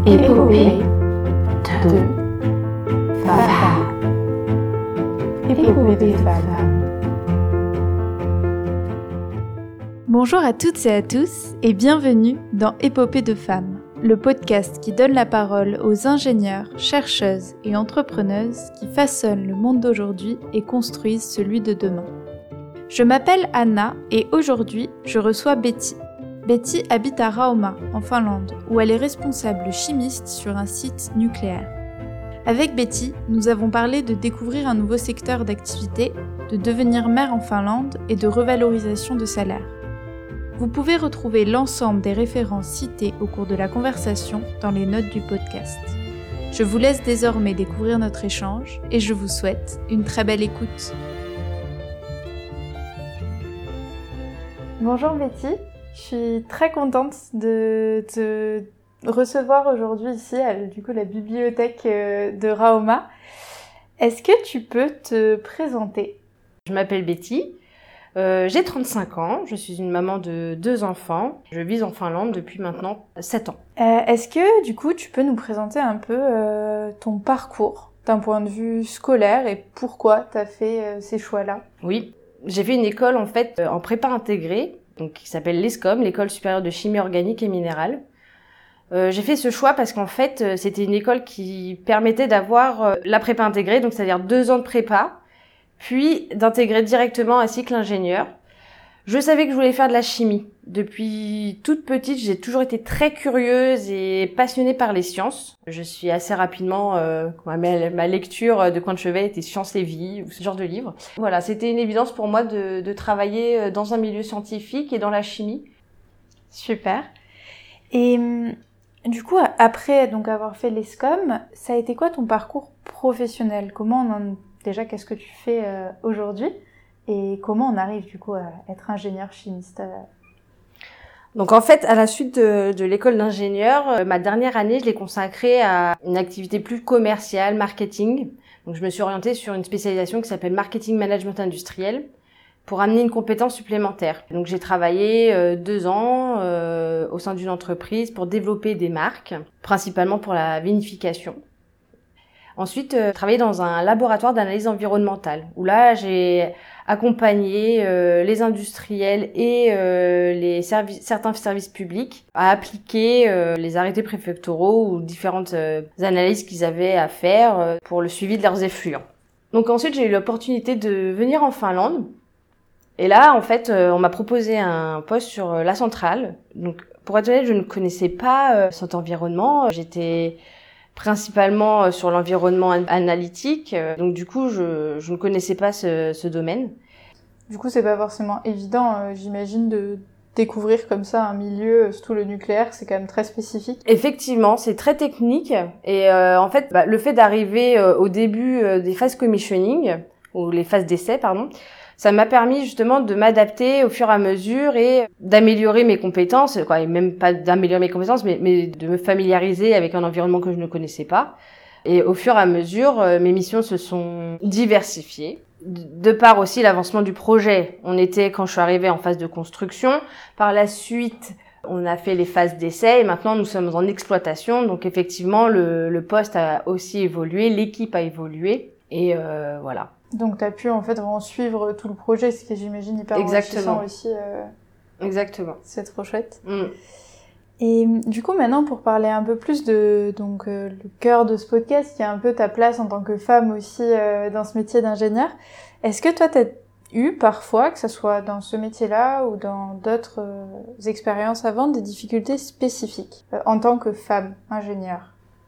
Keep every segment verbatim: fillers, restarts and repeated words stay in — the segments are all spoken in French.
Épopée de femmes. Épopée de femmes. Bonjour à toutes et à tous et bienvenue dans Épopée de femmes, le podcast qui donne la parole aux ingénieurs, chercheuses et entrepreneuses qui façonnent le monde d'aujourd'hui et construisent celui de demain. Je m'appelle Anna et aujourd'hui je reçois Betty. Betty habite à Rauma, en Finlande, où elle est responsable chimiste sur un site nucléaire. Avec Betty, nous avons parlé de découvrir un nouveau secteur d'activité, de devenir mère en Finlande et de revalorisation de salaire. Vous pouvez retrouver l'ensemble des références citées au cours de la conversation dans les notes du podcast. Je vous laisse désormais découvrir notre échange et je vous souhaite une très belle écoute. Bonjour Betty. Je suis très contente de te recevoir aujourd'hui ici, à du coup, la bibliothèque de Rauma. Est-ce que tu peux te présenter ? Je m'appelle Betty, euh, j'ai trente-cinq ans, je suis une maman de deux enfants. Je vis en Finlande depuis maintenant sept ans. Euh, est-ce que du coup tu peux nous présenter un peu euh, ton parcours d'un point de vue scolaire et pourquoi tu as fait euh, ces choix-là ? Oui, j'ai fait une école en fait en prépa intégrée. Donc, qui s'appelle l'ESCOM, l'École supérieure de chimie organique et minérale. Euh, j'ai fait ce choix parce qu'en fait, euh, c'était une école qui permettait d'avoir euh, la prépa intégrée, donc c'est-à-dire deux ans de prépa, puis d'intégrer directement un cycle ingénieur. Je savais que je voulais faire de la chimie. Depuis toute petite, j'ai toujours été très curieuse et passionnée par les sciences. Je suis assez rapidement, euh, ma, ma lecture de coin de chevet était Sciences et Vie, ou ce genre de livre. Voilà, c'était une évidence pour moi de, de travailler dans un milieu scientifique et dans la chimie. Super. Et du coup, après donc avoir fait l'ESCOM, ça a été quoi ton parcours professionnel ? Comment on en... Déjà, qu'est-ce que tu fais euh, aujourd'hui ? Et comment on arrive du coup à être ingénieur chimiste ? Donc en fait, à la suite de, de l'école d'ingénieur, euh, ma dernière année, je l'ai consacrée à une activité plus commerciale, marketing. Donc je me suis orientée sur une spécialisation qui s'appelle marketing management industriel pour amener une compétence supplémentaire. Donc j'ai travaillé euh, deux ans euh, au sein d'une entreprise pour développer des marques, principalement pour la vinification. Ensuite, euh, travaillé dans un laboratoire d'analyse environnementale, où là, j'ai accompagné euh, les industriels et euh, les servi- certains services publics à appliquer euh, les arrêtés préfectoraux ou différentes euh, analyses qu'ils avaient à faire euh, pour le suivi de leurs effluents. Donc ensuite, j'ai eu l'opportunité de venir en Finlande. Et là, en fait, euh, on m'a proposé un poste sur euh, la centrale. Donc, pour être honnête, je ne connaissais pas euh, cet environnement. J'étais principalement sur l'environnement analytique. Donc du coup, je, je ne connaissais pas ce, ce domaine. Du coup, c'est pas forcément évident, euh, j'imagine, de découvrir comme ça un milieu, surtout le nucléaire, c'est quand même très spécifique. Effectivement, c'est très technique. Et euh, en fait, bah, le fait d'arriver euh, au début euh, des phases commissioning, ou les phases d'essai, pardon, ça m'a permis justement de m'adapter au fur et à mesure et d'améliorer mes compétences, quoi, et même pas d'améliorer mes compétences, mais, mais de me familiariser avec un environnement que je ne connaissais pas. Et au fur et à mesure, euh, mes missions se sont diversifiées. De par aussi l'avancement du projet. On était, quand je suis arrivée, en phase de construction. Par la suite, on a fait les phases d'essai et maintenant nous sommes en exploitation. Donc effectivement, le, le poste a aussi évolué, l'équipe a évolué et euh, voilà. Donc tu as pu en fait vraiment suivre tout le projet, ce qui est, j'imagine, hyper Exactement. enrichissant aussi. Euh... Exactement. C'est trop chouette. Mm. Et du coup, maintenant, pour parler un peu plus de donc euh, le cœur de ce podcast, qui est un peu ta place en tant que femme aussi euh, dans ce métier d'ingénieur, est-ce que toi, t'as eu parfois, que ce soit dans ce métier-là ou dans d'autres euh, expériences avant, des difficultés spécifiques euh, en tant que femme ingénieure ?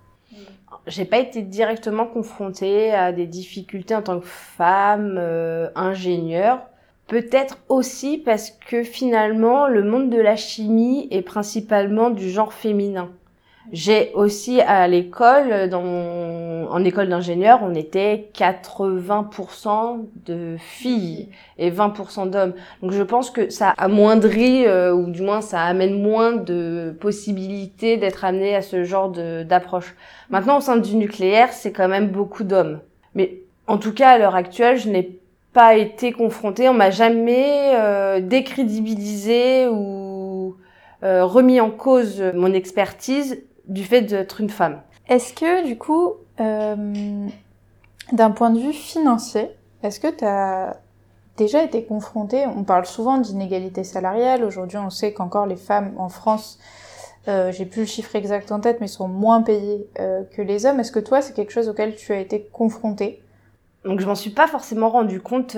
J'ai pas été directement confrontée à des difficultés en tant que femme euh, ingénieure. Peut-être aussi parce que finalement, le monde de la chimie est principalement du genre féminin. J'ai aussi à l'école, dans, en école d'ingénieur, on était quatre-vingts pour cent de filles et vingt pour cent d'hommes. Donc je pense que ça amoindrit, euh, ou du moins ça amène moins de possibilités d'être amené à ce genre de, d'approche. Maintenant, au sein du nucléaire, c'est quand même beaucoup d'hommes. Mais en tout cas, à l'heure actuelle, je n'ai pas été confrontée, on m'a jamais euh, décrédibilisé ou euh, remis en cause mon expertise du fait d'être une femme. Est-ce que, du coup, euh, d'un point de vue financier, est-ce que tu as déjà été confrontée, on parle souvent d'inégalité salariale, aujourd'hui on sait qu'encore les femmes en France, euh, j'ai plus le chiffre exact en tête, mais sont moins payées euh, que les hommes. Est-ce que toi, c'est quelque chose auquel tu as été confrontée ? Donc je m'en suis pas forcément rendu compte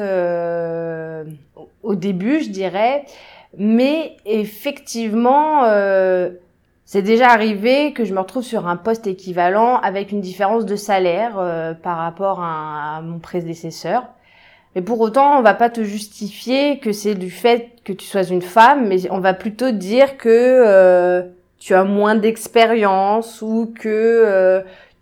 euh, au début, je dirais, mais effectivement, euh, c'est déjà arrivé que je me retrouve sur un poste équivalent avec une différence de salaire euh, par rapport à, à mon prédécesseur. Mais pour autant, on va pas te justifier que c'est du fait que tu sois une femme, mais on va plutôt dire que euh, tu as moins d'expérience ou que euh,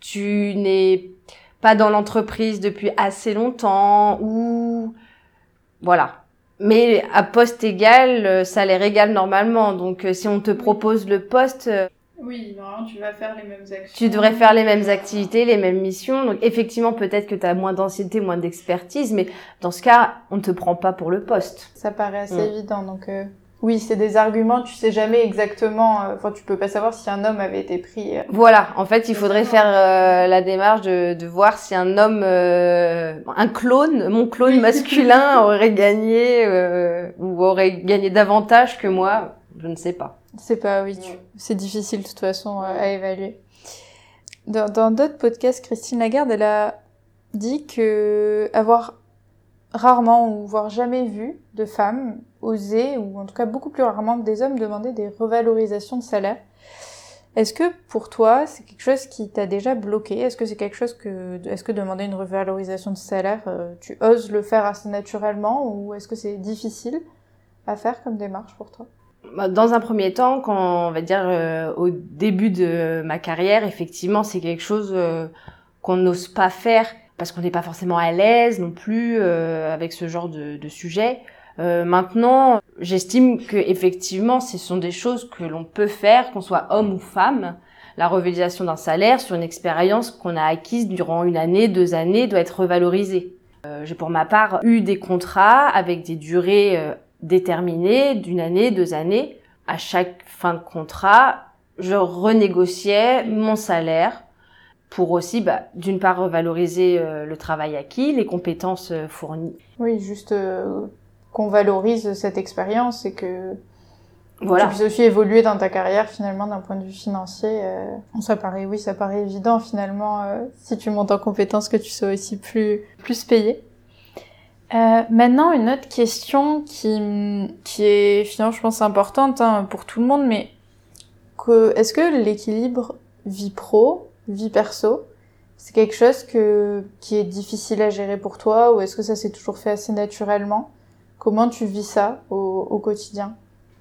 tu n'es pas dans l'entreprise depuis assez longtemps ou voilà. Mais à poste égal, salaire égal normalement. Donc si on te propose le poste, oui, normalement tu vas faire les mêmes actions. Tu devrais faire les mêmes activités, les mêmes missions. Donc effectivement, peut-être que tu as moins d'ancienneté, moins d'expertise, mais dans ce cas, on ne te prend pas pour le poste. Ça paraît assez mmh. évident. Donc euh, oui, c'est des arguments, tu sais jamais exactement, enfin euh, tu peux pas savoir si un homme avait été pris. Euh... Voilà, en fait, il faudrait faire euh, la démarche de, de voir si un homme, euh, un clone, mon clone masculin aurait gagné euh, ou aurait gagné davantage que moi, je ne sais pas. C'est pas, oui, tu... c'est difficile de toute façon euh, à évaluer. Dans, dans d'autres podcasts, Christine Lagarde, elle a dit que avoir rarement ou voire jamais vu de femmes oser, ou en tout cas beaucoup plus rarement que des hommes, demander des revalorisations de salaire. Est-ce que pour toi, c'est quelque chose qui t'a déjà bloqué ? Est-ce que c'est quelque chose que, est-ce que demander une revalorisation de salaire, euh, tu oses le faire assez naturellement, ou est-ce que c'est difficile à faire comme démarche pour toi ? Dans un premier temps, quand on va dire euh, au début de ma carrière, effectivement, c'est quelque chose euh, qu'on n'ose pas faire parce qu'on n'est pas forcément à l'aise non plus euh, avec ce genre de, de sujet. Euh, maintenant, j'estime que effectivement, ce sont des choses que l'on peut faire, qu'on soit homme ou femme. La revalorisation d'un salaire sur une expérience qu'on a acquise durant une année, deux années, doit être revalorisée. Euh, j'ai pour ma part eu des contrats avec des durées euh, déterminées d'une année, deux années. À chaque fin de contrat, je renégociais mon salaire pour aussi, bah, d'une part, revaloriser euh, le travail acquis, les compétences euh, fournies. Oui, juste euh, qu'on valorise cette expérience et que voilà. tu puisses aussi évoluer dans ta carrière finalement d'un point de vue financier. Euh, ça paraît, oui, ça paraît évident finalement euh, si tu montes en compétences que tu sois aussi plus plus payé. Euh, maintenant, une autre question qui qui est finalement, je pense, importante hein, pour tout le monde, mais que est-ce que l'équilibre vie pro, vie perso, c'est quelque chose que qui est difficile à gérer pour toi, ou est-ce que ça s'est toujours fait assez naturellement ? Comment tu vis ça au, au quotidien ?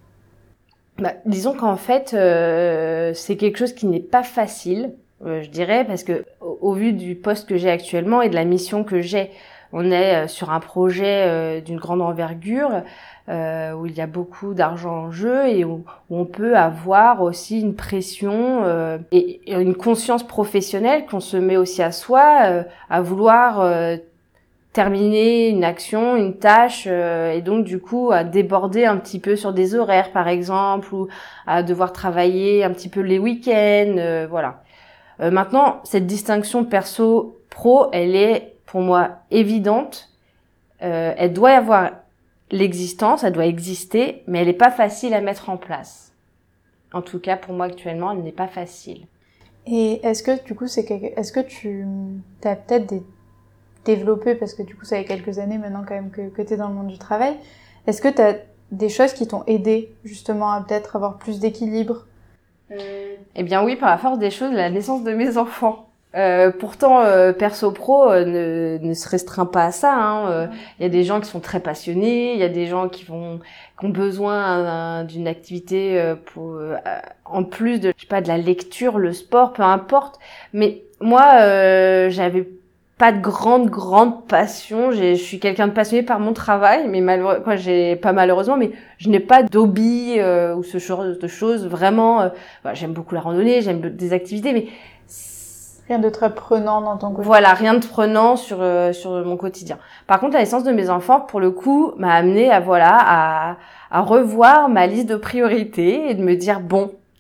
Bah, disons qu'en fait, euh, c'est quelque chose qui n'est pas facile, euh, je dirais, parce que au, au vu du poste que j'ai actuellement et de la mission que j'ai, on est sur un projet euh, d'une grande envergure euh, où il y a beaucoup d'argent en jeu et où, où on peut avoir aussi une pression euh, et, et une conscience professionnelle qu'on se met aussi à soi, euh, à vouloir euh, terminer une action, une tâche, euh, et donc du coup à déborder un petit peu sur des horaires par exemple, ou à devoir travailler un petit peu les week-ends, euh, voilà. Euh, maintenant, cette distinction perso-pro, elle est pour moi évidente. Euh, elle doit avoir l'existence, elle doit exister, mais elle n'est pas facile à mettre en place. En tout cas, pour moi actuellement, elle n'est pas facile. Et est-ce que du coup, c'est quelque... est-ce que tu as peut-être des développé, parce que du coup ça fait quelques années maintenant quand même que, que tu es dans le monde du travail, est-ce que tu as des choses qui t'ont aidé justement à peut-être avoir plus d'équilibre ? euh... Eh bien oui, par la force des choses, la naissance de mes enfants. Euh, pourtant, euh, perso-pro euh, ne, ne se restreint pas à ça. Hein. Euh, il y a des gens qui sont très passionnés, il y a des gens qui vont qui ont besoin euh, d'une activité euh, pour euh, en plus de je sais pas de la lecture, le sport, peu importe. Mais moi, euh, j'avais pas de grande grande passion. J'ai, je suis quelqu'un de passionné par mon travail, mais malheureusement, quoi, j'ai pas malheureusement, mais je n'ai pas d'hobby euh, ou ce genre de choses. Vraiment, euh, bah, j'aime beaucoup la randonnée, j'aime des activités, mais rien de très prenant dans ton quotidien. Voilà, rien de prenant sur euh, sur mon quotidien. Par contre, la naissance de mes enfants, pour le coup, m'a amené à voilà à à revoir ma liste de priorités et de me dire bon,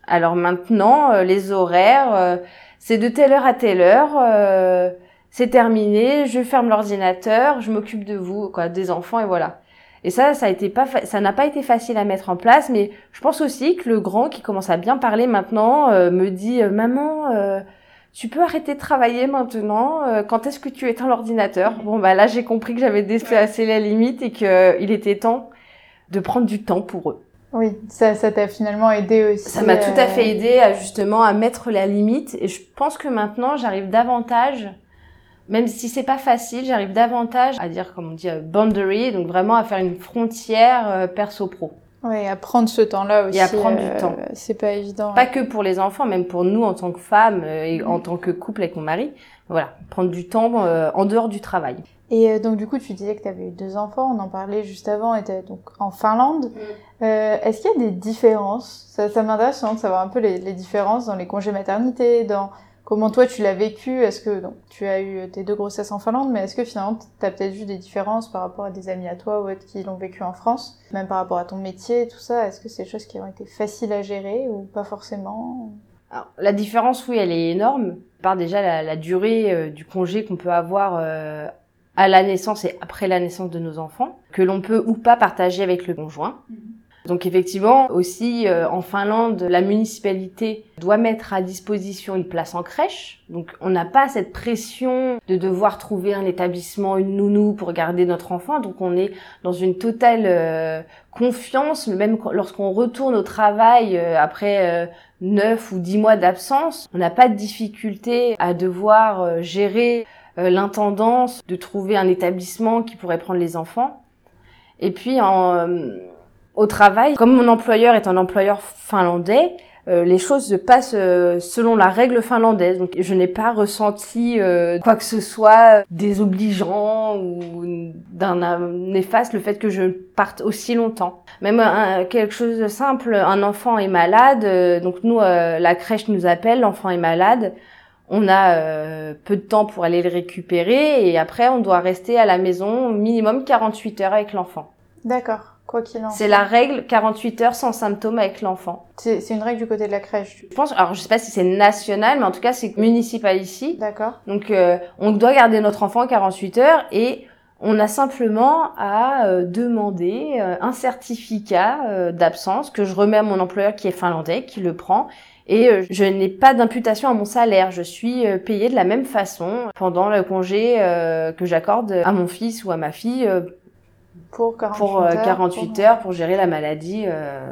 Alors maintenant, euh, les horaires, euh, c'est de telle heure à telle heure, euh, c'est terminé, je ferme l'ordinateur, je m'occupe de vous, quoi, des enfants et voilà. Et ça, ça a été pas, fa- ça n'a pas été facile à mettre en place, mais je pense aussi que le grand qui commence à bien parler maintenant euh, me dit euh, maman, euh, tu peux arrêter de travailler maintenant. euh, quand est-ce que tu éteins l'ordinateur? Bon bah là, j'ai compris que j'avais dépassé la limite et que euh, il était temps de prendre du temps pour eux. Oui, ça, ça t'a finalement aidé aussi. Ça m'a euh... tout à fait aidé à justement à mettre la limite, et je pense que maintenant, j'arrive davantage. Même si c'est pas facile, j'arrive davantage à dire, comme on dit, euh, boundary, donc vraiment à faire une frontière euh, perso-pro. Oui, à prendre ce temps-là aussi. Et à prendre euh, du temps. C'est pas évident. Pas que pour les enfants, même pour nous en tant que femmes euh, et Mmh. en tant que couple avec mon mari. Voilà, prendre du temps euh, en dehors du travail. Et euh, donc du coup, tu disais que tu avais eu deux enfants, on en parlait juste avant, et t'es donc en Finlande. Mmh. Euh, est-ce qu'il y a des différences? Ça, ça m'intéresse vraiment de savoir un peu les, les différences dans les congés maternité, dans... Comment toi tu l'as vécu? Est-ce que donc tu as eu tes deux grossesses en Finlande, mais est-ce que finalement tu as peut-être vu des différences par rapport à des amis à toi ou autres qui l'ont vécu en France, même par rapport à ton métier et tout ça? Est-ce que c'est des choses qui ont été faciles à gérer ou pas forcément? Alors, la différence, oui, elle est énorme. Par déjà la, la durée euh, du congé qu'on peut avoir euh, à la naissance et après la naissance de nos enfants, que l'on peut ou pas partager avec le conjoint. Mmh. Donc effectivement, aussi euh, en Finlande, la municipalité doit mettre à disposition une place en crèche. Donc on n'a pas cette pression de devoir trouver un établissement, une nounou pour garder notre enfant. Donc on est dans une totale euh, confiance, même lorsqu'on retourne au travail euh, après euh, neuf ou dix mois d'absence, on n'a pas de difficulté à devoir euh, gérer euh, l'intendance, de trouver un établissement qui pourrait prendre les enfants. Et puis en... Euh, Au travail, comme mon employeur est un employeur finlandais, euh, les choses se passent euh, selon la règle finlandaise. Donc, je n'ai pas ressenti euh, quoi que ce soit désobligeant ou d'un euh, néfaste le fait que je parte aussi longtemps. Même euh, quelque chose de simple, un enfant est malade, euh, donc nous, euh, la crèche nous appelle, l'enfant est malade. On a euh, peu de temps pour aller le récupérer et après, on doit rester à la maison minimum quarante-huit heures avec l'enfant. D'accord. Quoi qu'il en soit. C'est la règle, quarante-huit heures sans symptômes avec l'enfant. C'est, c'est une règle du côté de la crèche. Je pense, alors je sais pas si c'est national, mais en tout cas c'est municipal ici. D'accord. Donc euh, on doit garder notre enfant quarante-huit heures et on a simplement à euh, demander euh, un certificat euh, d'absence que je remets à mon employeur qui est finlandais, qui le prend. Et euh, je n'ai pas d'imputation à mon salaire. Je suis euh, payée de la même façon pendant le congé euh, que j'accorde à mon fils ou à ma fille. Euh, Pour quarante-huit, pour, euh, heures, quarante-huit pour... heures pour gérer la maladie. Euh...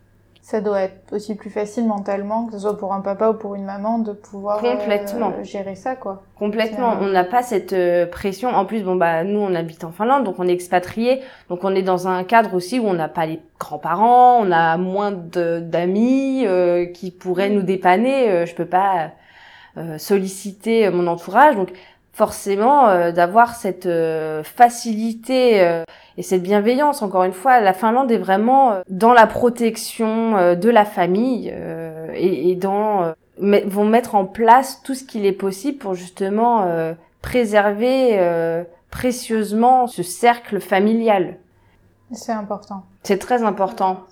Ça doit être aussi plus facile mentalement, que ce soit pour un papa ou pour une maman, de pouvoir Complètement. Euh, gérer ça, quoi. Complètement. On n'a pas cette euh, pression. En plus, bon bah nous on habite en Finlande, donc on est expatriés, donc on est dans un cadre aussi où on n'a pas les grands-parents, on a moins de, d'amis euh, qui pourraient nous dépanner. Euh, je peux pas euh, solliciter mon entourage, donc forcément euh, d'avoir cette euh, facilité euh, et cette bienveillance. Encore une fois, la Finlande est vraiment euh, dans la protection euh, de la famille euh, et, et dans euh, met, vont mettre en place tout ce qu'il est possible pour justement euh, préserver euh, précieusement ce cercle familial. C'est important. C'est très important.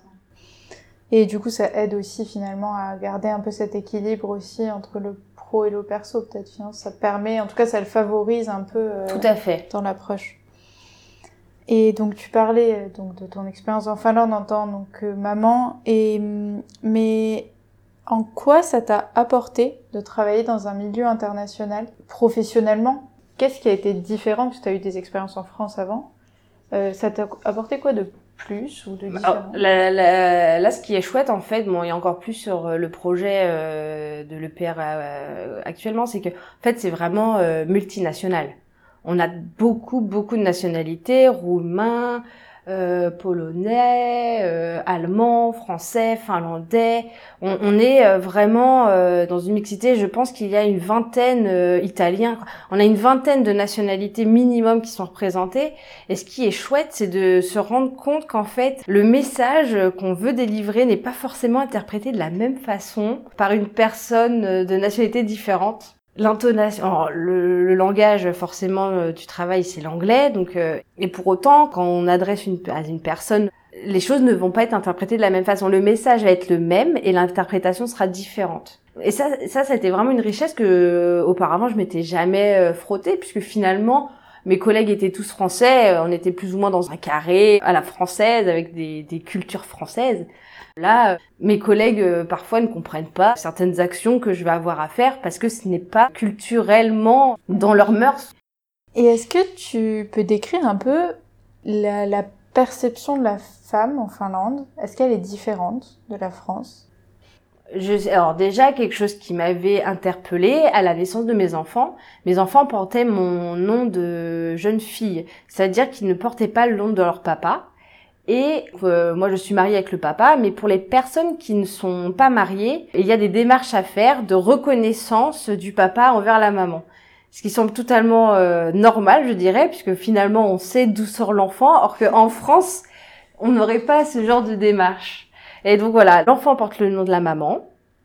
Et du coup, ça aide aussi finalement à garder un peu cet équilibre aussi entre le pro et le perso, peut-être. Ça permet, en tout cas, ça le favorise un peu euh, Tout à fait. Dans l'approche. Et donc, tu parlais euh, donc de ton expérience en Finlande en tant donc, euh, maman. Et, mais en quoi ça t'a apporté de travailler dans un milieu international, professionnellement? Qu'est-ce qui a été différent? Parce que tu as eu des expériences en France avant. Euh, ça t'a apporté quoi de plus ou de différent? Alors, là, là, là, ce qui est chouette, en fait, bon, il y a encore plus sur le projet euh, de l'E P R euh, actuellement, c'est que, en fait, c'est vraiment euh, multinational. On a beaucoup, beaucoup de nationalités, roumains, euh, polonais, euh, allemands, français, finlandais. On, on est euh, vraiment euh, dans une mixité. Je pense qu'il y a une vingtaine euh, italiens. On a une vingtaine de nationalités minimum qui sont représentées. Et ce qui est chouette, c'est de se rendre compte qu'en fait, le message qu'on veut délivrer n'est pas forcément interprété de la même façon par une personne de nationalité différente. L'intonation, alors, le, le langage forcément euh, du travail, c'est l'anglais, donc euh, et pour autant, quand on adresse une, à une personne les choses ne vont pas être interprétées de la même façon. Le message va être le même et l'interprétation sera différente. Et ça, ça, c'était vraiment une richesse que, auparavant, je m'étais jamais frottée, puisque finalement, mes collègues étaient tous français, on était plus ou moins dans un carré à la française, avec des, des cultures françaises. Là, mes collègues, parfois, ne comprennent pas certaines actions que je vais avoir à faire parce que ce n'est pas culturellement dans leurs mœurs. Et est-ce que tu peux décrire un peu la, la perception de la femme en Finlande? Est-ce qu'elle est différente de la France? Je, alors déjà, quelque chose qui m'avait interpellée à la naissance de mes enfants, mes enfants portaient mon nom de jeune fille, c'est-à-dire qu'ils ne portaient pas le nom de leur papa. Et euh, moi, je suis mariée avec le papa, mais pour les personnes qui ne sont pas mariées, il y a des démarches à faire de reconnaissance du papa envers la maman. Ce qui semble totalement euh, normal, je dirais, puisque finalement, on sait d'où sort l'enfant, or qu'en France, on n'aurait pas ce genre de démarche. Et donc voilà, l'enfant porte le nom de la maman.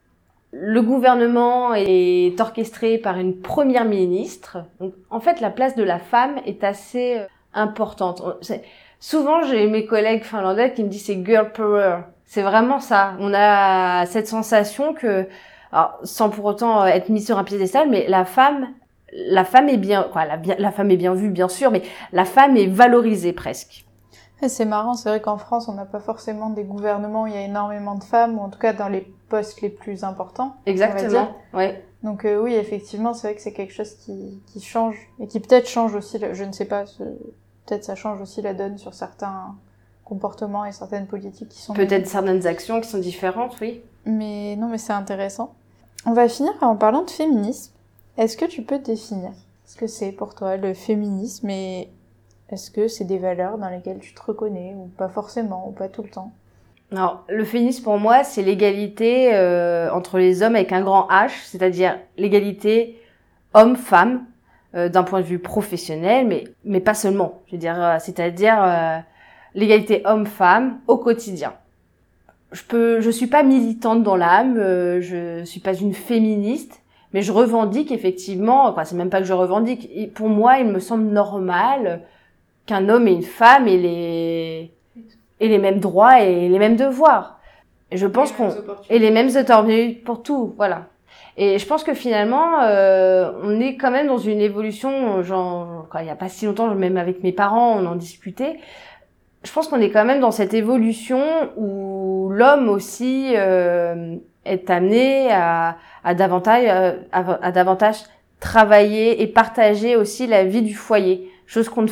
Le gouvernement est orchestré par une première ministre. Donc, en fait, la place de la femme est assez importante. C'est... Souvent, j'ai mes collègues finlandais qui me disent c'est girl power. C'est vraiment ça. On a cette sensation que, alors, sans pour autant être mise sur un piédestal, mais la femme, la femme est bien, quoi, la, la femme est bien vue, bien sûr, mais la femme est valorisée presque. Et c'est marrant, c'est vrai qu'en France, on n'a pas forcément des gouvernements où il y a énormément de femmes, ou en tout cas dans les postes les plus importants. Exactement, oui. Donc euh, oui, effectivement, c'est vrai que c'est quelque chose qui, qui change, et qui peut-être change aussi, je ne sais pas, ce, peut-être ça change aussi la donne sur certains comportements et certaines politiques qui sont... Peut-être certaines actions qui sont différentes, oui. Mais non, mais c'est intéressant. On va finir en parlant de féminisme. Est-ce que tu peux définir ce que c'est pour toi le féminisme et... Est-ce que c'est des valeurs dans lesquelles tu te reconnais, ou pas forcément, ou pas tout le temps? Alors, le féminisme pour moi, c'est l'égalité euh, entre les hommes avec un grand H, c'est-à-dire l'égalité homme-femme, euh, d'un point de vue professionnel, mais mais pas seulement. Je veux dire, euh, c'est-à-dire euh, l'égalité homme-femme au quotidien. Je peux, je suis pas militante dans l'âme, euh, je suis pas une féministe, mais je revendique effectivement. Enfin, c'est même pas que je revendique. Et pour moi, il me semble normal qu'un homme et une femme aient les, aient les mêmes droits et les mêmes devoirs. Et je pense qu'on, et les mêmes opportunités pour tout, voilà. Et je pense que finalement, euh, on est quand même dans une évolution, genre, quand il y a pas si longtemps, même avec mes parents, on en discutait. Je pense qu'on est quand même dans cette évolution où l'homme aussi, euh, est amené à, à davantage, à, à davantage travailler et partager aussi la vie du foyer. Chose qu'on ne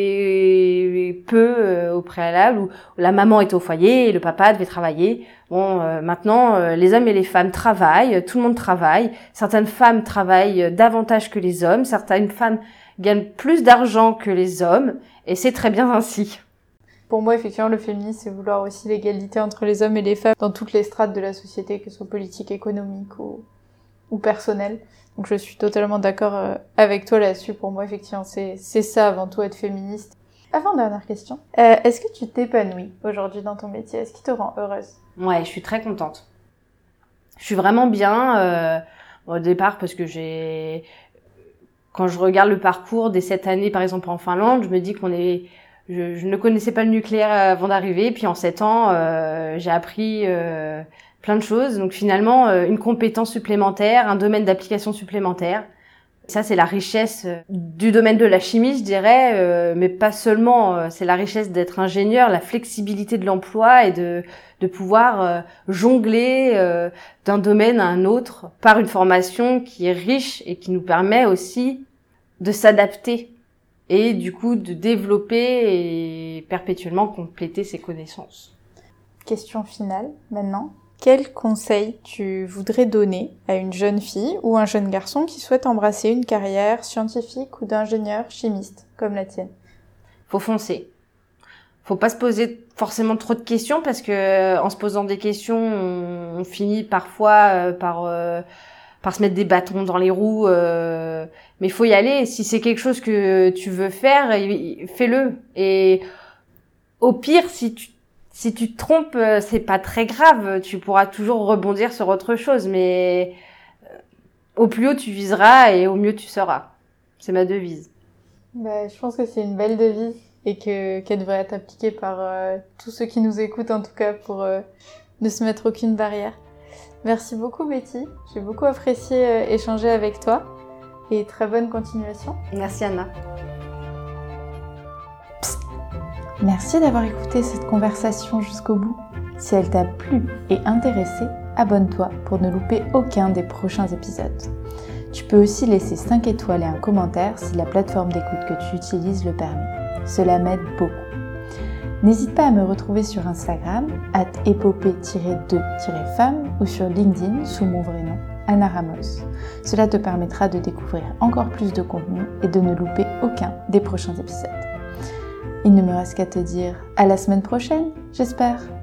faisait peu euh, au préalable, où la maman était au foyer et le papa devait travailler. Bon, euh, maintenant, euh, les hommes et les femmes travaillent, tout le monde travaille. Certaines femmes travaillent davantage que les hommes, certaines femmes gagnent plus d'argent que les hommes, et c'est très bien ainsi. Pour moi, effectivement, le féminisme, c'est vouloir aussi l'égalité entre les hommes et les femmes dans toutes les strates de la société, que ce soit politique, économique ou, ou personnelle. Donc je suis totalement d'accord euh, avec toi là-dessus. Pour moi, effectivement, c'est, c'est ça avant tout, être féministe. Avant-dernière question. Euh, est-ce que tu t'épanouis aujourd'hui dans ton métier? Est-ce qu'il te rend heureuse? Ouais, je suis très contente. Je suis vraiment bien, euh, au départ, parce que j'ai... Quand je regarde le parcours des sept années, par exemple, en Finlande, je me dis qu'on est... Je, je ne connaissais pas le nucléaire avant d'arriver, puis en sept ans, euh, j'ai appris... Euh, plein de choses. Donc finalement, euh, une compétence supplémentaire, un domaine d'application supplémentaire. Ça, c'est la richesse du domaine de la chimie, je dirais, euh, mais pas seulement. Euh, c'est la richesse d'être ingénieur, la flexibilité de l'emploi et de, de pouvoir euh, jongler euh, d'un domaine à un autre par une formation qui est riche et qui nous permet aussi de s'adapter et du coup de développer et perpétuellement compléter ses connaissances. Question finale, maintenant. Quel conseil tu voudrais donner à une jeune fille ou un jeune garçon qui souhaite embrasser une carrière scientifique ou d'ingénieur chimiste comme la tienne? Faut foncer. Faut pas se poser forcément trop de questions parce que en se posant des questions, on, on finit parfois euh, par euh, par se mettre des bâtons dans les roues. Euh, mais il faut y aller. Si c'est quelque chose que tu veux faire, fais-le. Et au pire, si tu Si tu te trompes, c'est pas très grave, tu pourras toujours rebondir sur autre chose, mais au plus haut tu viseras et au mieux tu seras. C'est ma devise. Bah, je pense que c'est une belle devise. et que, qu'elle devrait être appliquée par euh, tous ceux qui nous écoutent en tout cas pour euh, ne se mettre aucune barrière. Merci beaucoup Betty, j'ai beaucoup apprécié euh, échanger avec toi et très bonne continuation. Merci Anna. Psst. Merci d'avoir écouté cette conversation jusqu'au bout. Si elle t'a plu et intéressé, abonne-toi pour ne louper aucun des prochains épisodes. Tu peux aussi laisser cinq étoiles et un commentaire si la plateforme d'écoute que tu utilises le permet. Cela m'aide beaucoup. N'hésite pas à me retrouver sur Instagram, arobase épopée tiret deux tiret femme ou sur LinkedIn sous mon vrai nom, Anna Ramos. Cela te permettra de découvrir encore plus de contenu et de ne louper aucun des prochains épisodes. Il ne me reste qu'à te dire à la semaine prochaine, j'espère.